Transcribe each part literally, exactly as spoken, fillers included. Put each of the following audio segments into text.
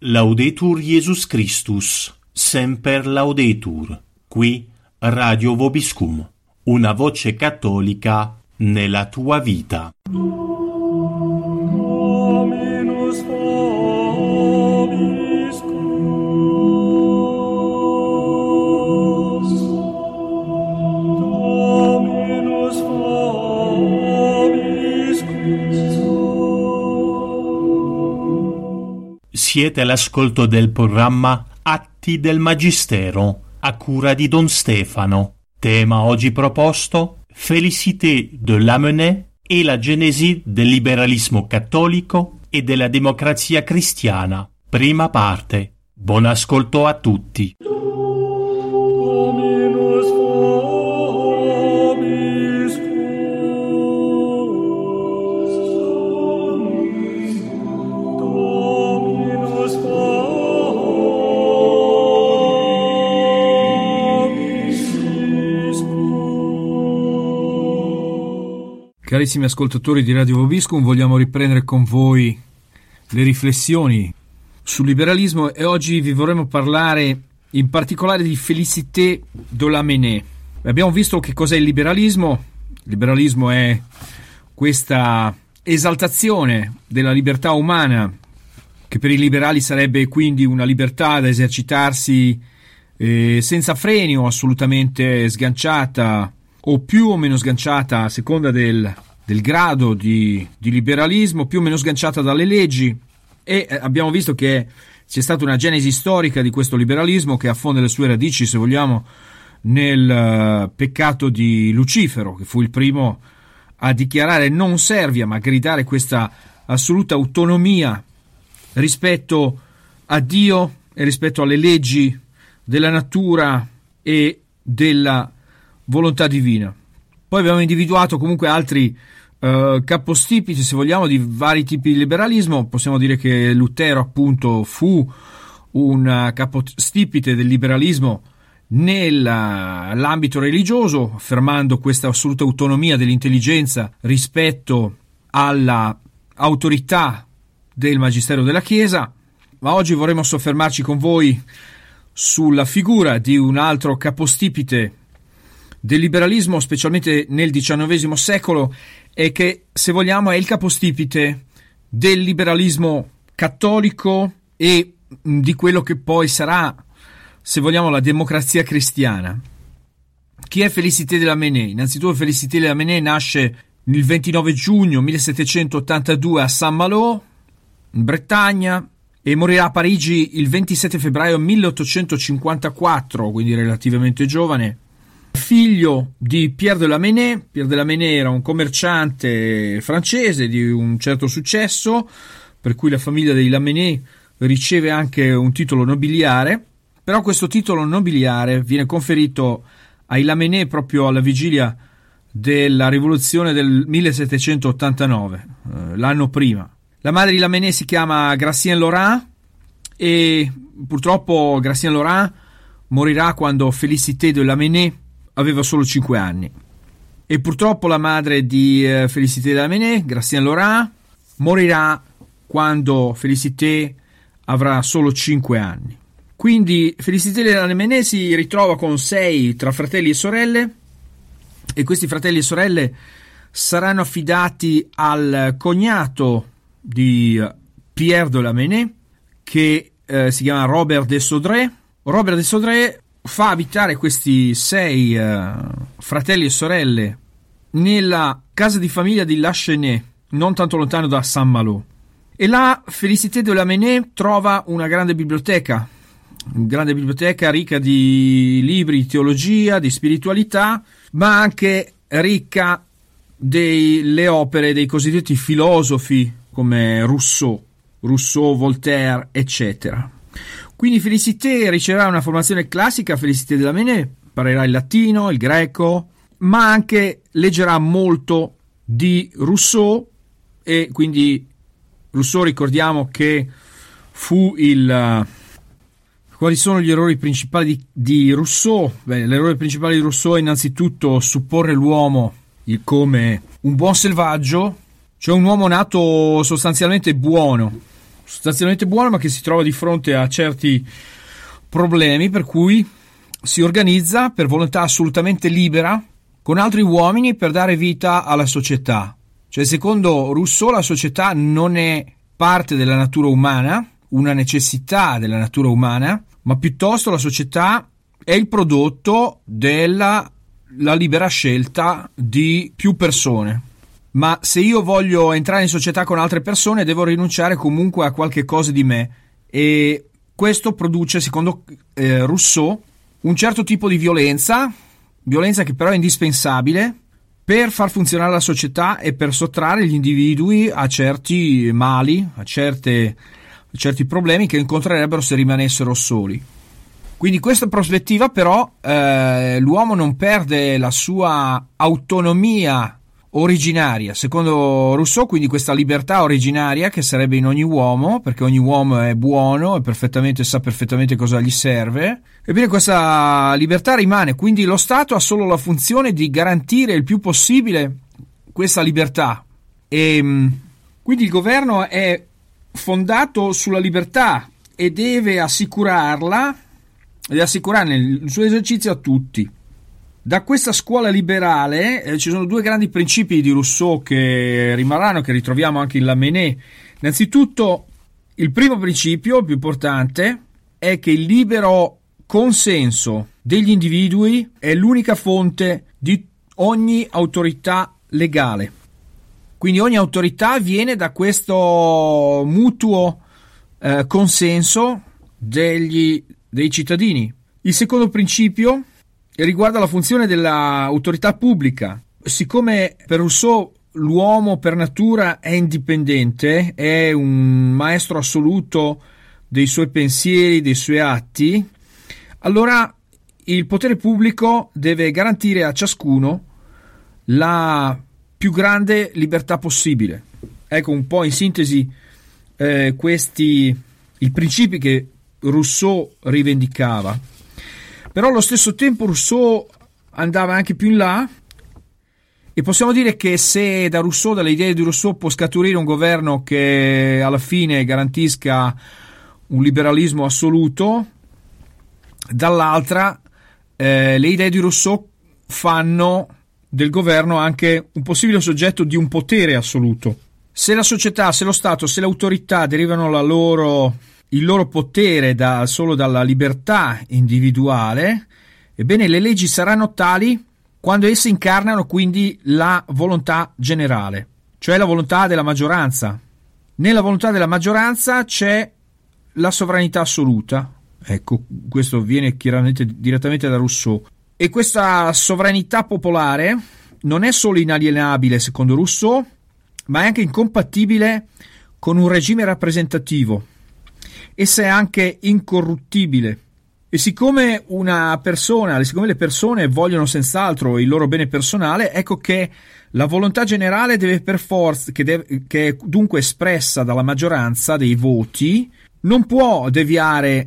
Laudetur Jesus Christus, semper laudetur. Qui Radio Vobiscum, una voce cattolica nella tua vita. Siete all'ascolto del programma Atti del Magistero, a cura di Don Stefano. Tema oggi proposto: Félicité de Lamennais e la genesi del liberalismo cattolico e della democrazia cristiana. Prima parte. Buon ascolto a tutti. Carissimi ascoltatori di Radio Vobiscum, vogliamo riprendere con voi le riflessioni sul liberalismo e oggi vi vorremmo parlare in particolare di Félicité de Lamennais. Abbiamo visto che cos'è il liberalismo. Il liberalismo è questa esaltazione della libertà umana, che per i liberali sarebbe quindi una libertà da esercitarsi eh, senza freni o assolutamente sganciata, o più o meno sganciata a seconda del, del grado di, di liberalismo, più o meno sganciata dalle leggi. E abbiamo visto che c'è stata una genesi storica di questo liberalismo che affonda le sue radici, se vogliamo, nel uh, peccato di Lucifero, che fu il primo a dichiarare non servia, ma a gridare questa assoluta autonomia rispetto a Dio e rispetto alle leggi della natura e della volontà divina. Poi abbiamo individuato comunque altri uh, capostipiti, se vogliamo, di vari tipi di liberalismo. Possiamo dire che Lutero appunto fu un capostipite del liberalismo nell'ambito religioso, affermando questa assoluta autonomia dell'intelligenza rispetto alla autorità del magistero della Chiesa. Ma oggi vorremmo soffermarci con voi sulla figura di un altro capostipite del liberalismo, specialmente nel diciannovesimo secolo, e che, se vogliamo, è il capostipite del liberalismo cattolico e di quello che poi sarà, se vogliamo, la democrazia cristiana. Chi è Félicité de Lamennais? Innanzitutto Félicité de Lamennais nasce il ventinove giugno millesettecentottantadue a Saint-Malo, in Bretagna, e morirà a Parigi il ventisette febbraio milleottocentocinquantaquattro, quindi relativamente giovane. Figlio di Pierre de Lamennais. Pierre de Lamennais era un commerciante francese di un certo successo, per cui la famiglia dei Lamennais riceve anche un titolo nobiliare, però questo titolo nobiliare viene conferito ai Lamennais proprio alla vigilia della rivoluzione del millesettecentottantanove, eh, l'anno prima. La madre di Lamennais si chiama Gracienne Laurent e purtroppo Gracienne Laurent morirà quando Félicité de Lamennais aveva solo cinque anni. E purtroppo la madre di eh, Félicité de Lamennais, Gracienne Laurent, morirà quando Félicité avrà solo cinque anni. Quindi Félicité de Lamennais si ritrova con sei tra fratelli e sorelle, e questi fratelli e sorelle saranno affidati al cognato di Pierre de Lamennais, che eh, si chiama Robert de Saudray. Robert de Saudray fa abitare questi sei uh, fratelli e sorelle nella casa di famiglia di Lachenaie, non tanto lontano da Saint-Malo. E là Félicité de Lamennais trova una grande biblioteca, una grande biblioteca ricca di libri di teologia, di spiritualità, ma anche ricca delle opere dei cosiddetti filosofi come Rousseau, Rousseau, Voltaire, eccetera. Quindi Félicité riceverà una formazione classica. Félicité de Lamennais imparerà il latino, il greco, ma anche leggerà molto di Rousseau, e quindi Rousseau, ricordiamo che fu il... Quali sono gli errori principali di, di Rousseau? Beh, l'errore principale di Rousseau è innanzitutto supporre l'uomo come un buon selvaggio, cioè un uomo nato sostanzialmente buono, sostanzialmente buono, ma che si trova di fronte a certi problemi, per cui si organizza per volontà assolutamente libera con altri uomini per dare vita alla società. Cioè, secondo Rousseau, la società non è parte della natura umana, una necessità della natura umana, ma piuttosto la società è il prodotto della la libera scelta di più persone. Ma se io voglio entrare in società con altre persone, devo rinunciare comunque a qualche cosa di me, e questo produce, secondo eh, Rousseau, un certo tipo di violenza, violenza che però è indispensabile per far funzionare la società e per sottrarre gli individui a certi mali, a, certe, a certi problemi che incontrerebbero se rimanessero soli. Quindi questa prospettiva però eh, l'uomo non perde la sua autonomia originaria, secondo Rousseau, quindi questa libertà originaria che sarebbe in ogni uomo, perché ogni uomo è buono e perfettamente sa perfettamente cosa gli serve. Ebbene, questa libertà rimane, quindi lo Stato ha solo la funzione di garantire il più possibile questa libertà, e quindi il governo è fondato sulla libertà e deve assicurarla e assicurarne il suo esercizio a tutti. Da questa scuola liberale eh, ci sono due grandi principi di Rousseau che rimarranno, che ritroviamo anche in Lamennais. Innanzitutto, il primo principio, il più importante, è che il libero consenso degli individui è l'unica fonte di ogni autorità legale. Quindi ogni autorità viene da questo mutuo eh, consenso degli dei cittadini. Il secondo principio riguarda la funzione dell'autorità pubblica. Siccome per Rousseau l'uomo per natura è indipendente, è un maestro assoluto dei suoi pensieri, dei suoi atti, allora il potere pubblico deve garantire a ciascuno la più grande libertà possibile. Ecco un po' in sintesi eh, questi i principi che Rousseau rivendicava. Però allo stesso tempo Rousseau andava anche più in là, e possiamo dire che se da Rousseau, dalle idee di Rousseau, può scaturire un governo che alla fine garantisca un liberalismo assoluto, dall'altra eh, le idee di Rousseau fanno del governo anche un possibile soggetto di un potere assoluto. Se la società, se lo Stato, se l'autorità derivano la loro il loro potere da, solo dalla libertà individuale, ebbene le leggi saranno tali quando esse incarnano quindi la volontà generale, cioè la volontà della maggioranza. Nella volontà della maggioranza c'è la sovranità assoluta. Ecco, questo viene chiaramente direttamente da Rousseau. E questa sovranità popolare non è solo inalienabile, secondo Rousseau, ma è anche incompatibile con un regime rappresentativo. Essa è anche incorruttibile, e siccome una persona, siccome le persone vogliono senz'altro il loro bene personale, ecco che la volontà generale deve per forza, che, deve, che è dunque espressa dalla maggioranza dei voti, non può deviare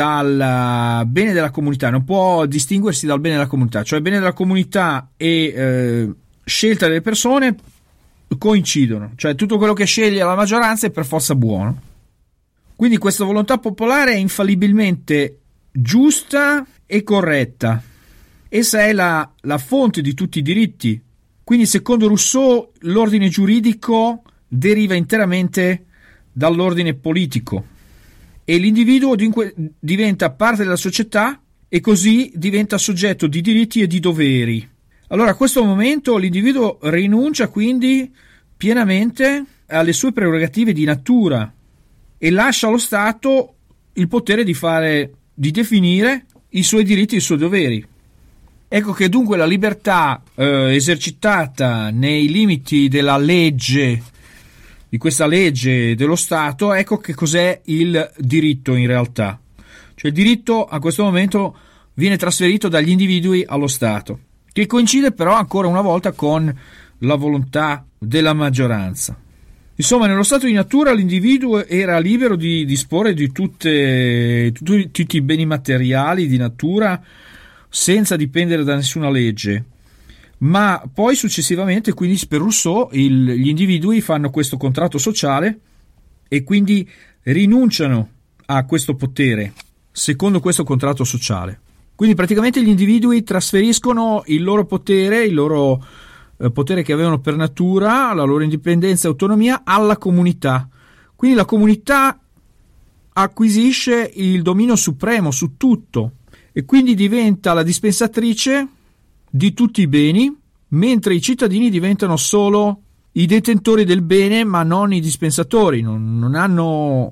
dal bene della comunità, non può distinguersi dal bene della comunità, cioè il bene della comunità e eh, scelta delle persone coincidono, cioè tutto quello che sceglie la maggioranza è per forza buono. Quindi questa volontà popolare è infallibilmente giusta e corretta. Essa è la, la fonte di tutti i diritti. Quindi, secondo Rousseau, l'ordine giuridico deriva interamente dall'ordine politico, e l'individuo dunque diventa parte della società e così diventa soggetto di diritti e di doveri. Allora, a questo momento l'individuo rinuncia quindi pienamente alle sue prerogative di natura e lascia allo Stato il potere di fare, di definire i suoi diritti e i suoi doveri. Ecco che dunque la libertà eh, esercitata nei limiti della legge, di questa legge dello Stato, ecco che cos'è il diritto in realtà. Cioè il diritto a questo momento viene trasferito dagli individui allo Stato, che coincide però ancora una volta con la volontà della maggioranza. Insomma, nello stato di natura l'individuo era libero di disporre di tutte, tutti, tutti i beni materiali di natura senza dipendere da nessuna legge, ma poi successivamente, quindi per Rousseau, il, gli individui fanno questo contratto sociale e quindi rinunciano a questo potere secondo questo contratto sociale. Quindi praticamente gli individui trasferiscono il loro potere, il loro eh, potere che avevano per natura, la loro indipendenza e autonomia alla comunità. Quindi la comunità acquisisce il dominio supremo su tutto e quindi diventa la dispensatrice di tutti i beni, mentre i cittadini diventano solo i detentori del bene, ma non i dispensatori, non, non hanno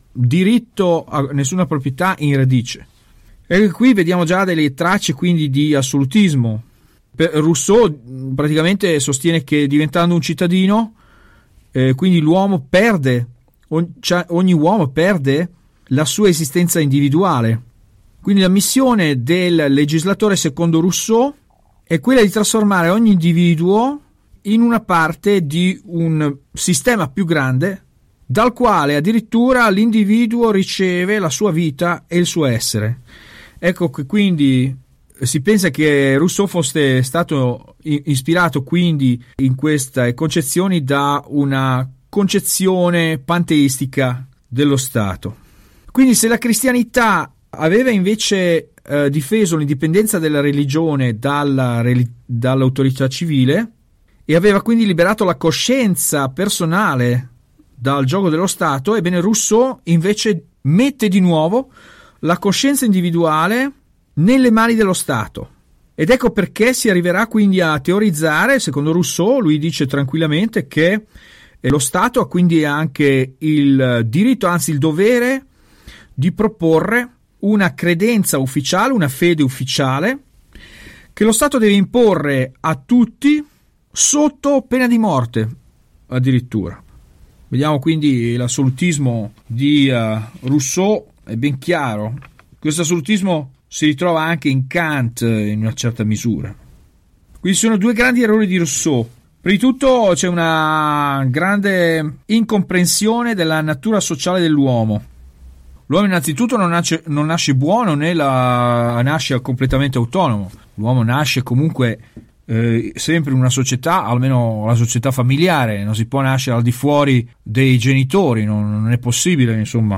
diritto a nessuna proprietà in radice. E qui vediamo già delle tracce quindi di assolutismo. Per Rousseau praticamente sostiene che diventando un cittadino, eh, quindi l'uomo perde, ogni, cioè ogni uomo perde la sua esistenza individuale. Quindi la missione del legislatore, secondo Rousseau, è quella di trasformare ogni individuo in una parte di un sistema più grande, dal quale addirittura l'individuo riceve la sua vita e il suo essere. Ecco che quindi si pensa che Rousseau fosse stato ispirato quindi in queste concezioni da una concezione panteistica dello Stato. Quindi se la cristianità aveva invece eh, difeso l'indipendenza della religione dalla, dall'autorità civile e aveva quindi liberato la coscienza personale dal gioco dello Stato, ebbene Rousseau invece mette di nuovo la coscienza individuale nelle mani dello Stato. Ed ecco perché si arriverà quindi a teorizzare, secondo Rousseau, lui dice tranquillamente che lo Stato ha quindi anche il diritto, anzi il dovere, di proporre una credenza ufficiale, una fede ufficiale, che lo Stato deve imporre a tutti sotto pena di morte, addirittura. Vediamo quindi l'assolutismo di uh, Rousseau, è ben chiaro. Questo assolutismo si ritrova anche in Kant in una certa misura. Quindi sono due grandi errori di Rousseau. Prima di tutto c'è una grande incomprensione della natura sociale dell'uomo. L'uomo innanzitutto non nasce, non nasce buono né la, nasce completamente autonomo. L'uomo nasce comunque eh, sempre in una società, almeno la società familiare, non si può nascere al di fuori dei genitori, non, non è possibile, insomma.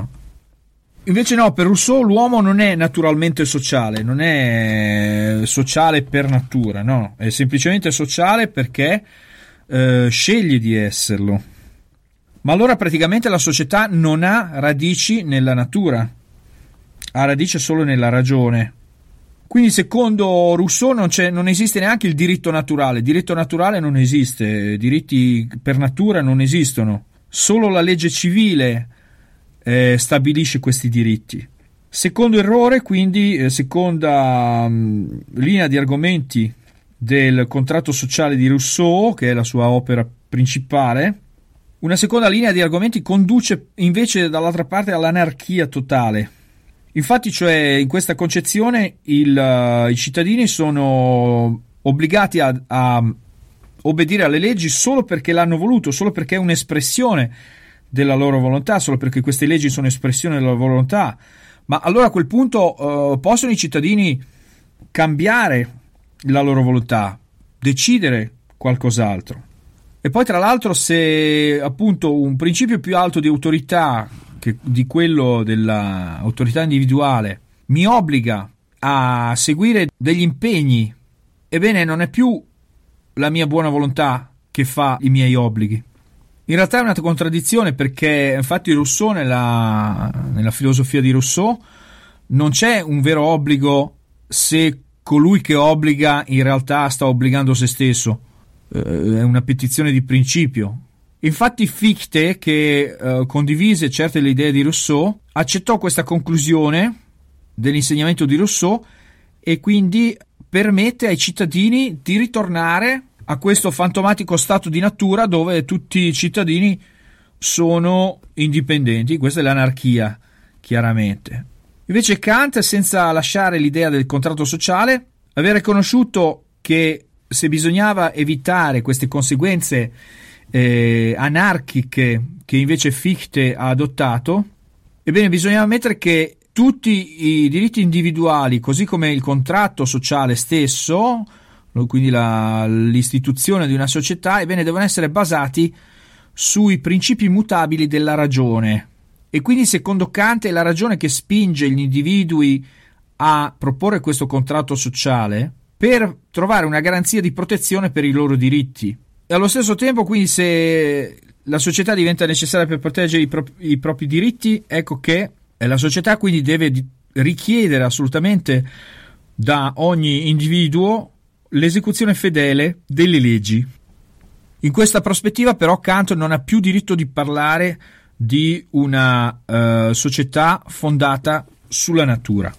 Invece no, per Rousseau l'uomo non è naturalmente sociale, non è sociale per natura, no, è semplicemente sociale perché eh, sceglie di esserlo. Ma allora praticamente la società non ha radici nella natura, ha radice solo nella ragione. Quindi secondo Rousseau non, c'è, non esiste neanche il diritto naturale, il diritto naturale non esiste, diritti per natura non esistono, solo la legge civile eh, stabilisce questi diritti. Secondo errore, quindi, eh, seconda mh, linea di argomenti del contratto sociale di Rousseau, che è la sua opera principale, una seconda linea di argomenti conduce invece dall'altra parte all'anarchia totale. Infatti, cioè, in questa concezione il, uh, i cittadini sono obbligati a, a obbedire alle leggi solo perché l'hanno voluto, solo perché è un'espressione della loro volontà, solo perché queste leggi sono espressione della loro volontà. Ma allora a quel punto uh, possono i cittadini cambiare la loro volontà, decidere qualcos'altro. E poi tra l'altro, se appunto un principio più alto di autorità che di quello dell'autorità individuale mi obbliga a seguire degli impegni, ebbene non è più la mia buona volontà che fa i miei obblighi. In realtà è una contraddizione, perché infatti Rousseau nella, nella filosofia di Rousseau non c'è un vero obbligo se colui che obbliga in realtà sta obbligando se stesso. È una petizione di principio. Infatti Fichte, che eh, condivise certe le idee di Rousseau, accettò questa conclusione dell'insegnamento di Rousseau e quindi permette ai cittadini di ritornare a questo fantomatico stato di natura dove tutti i cittadini sono indipendenti. Questa è l'anarchia, chiaramente. Invece Kant, senza lasciare l'idea del contratto sociale, aveva riconosciuto che se bisognava evitare queste conseguenze eh, anarchiche che invece Fichte ha adottato, ebbene bisognava ammettere che tutti i diritti individuali, così come il contratto sociale stesso, quindi la, l'istituzione di una società, ebbene devono essere basati sui principi immutabili della ragione. E quindi secondo Kant è la ragione che spinge gli individui a proporre questo contratto sociale per trovare una garanzia di protezione per i loro diritti. E allo stesso tempo, quindi, se la società diventa necessaria per proteggere i, pro- i propri diritti, ecco che la società quindi deve di- richiedere assolutamente da ogni individuo l'esecuzione fedele delle leggi. In questa prospettiva però Kant non ha più diritto di parlare di una uh, società fondata sulla natura.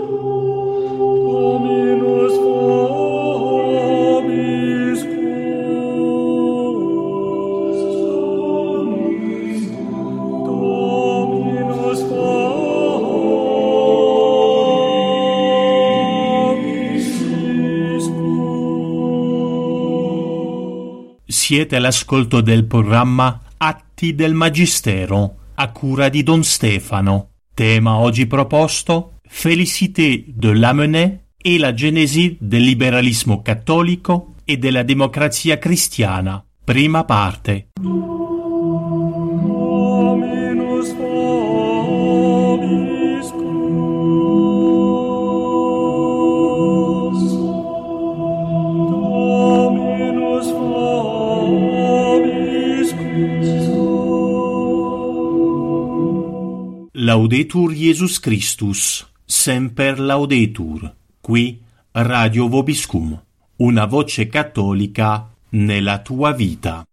Siete all'ascolto del programma Atti del Magistero, a cura di Don Stefano. Tema oggi proposto: Félicité de Lamennais e la genesi del liberalismo cattolico e della democrazia cristiana. Prima parte. Laudetur Jesus Christus, semper laudetur. Qui Radio Vobiscum, una voce cattolica nella tua vita.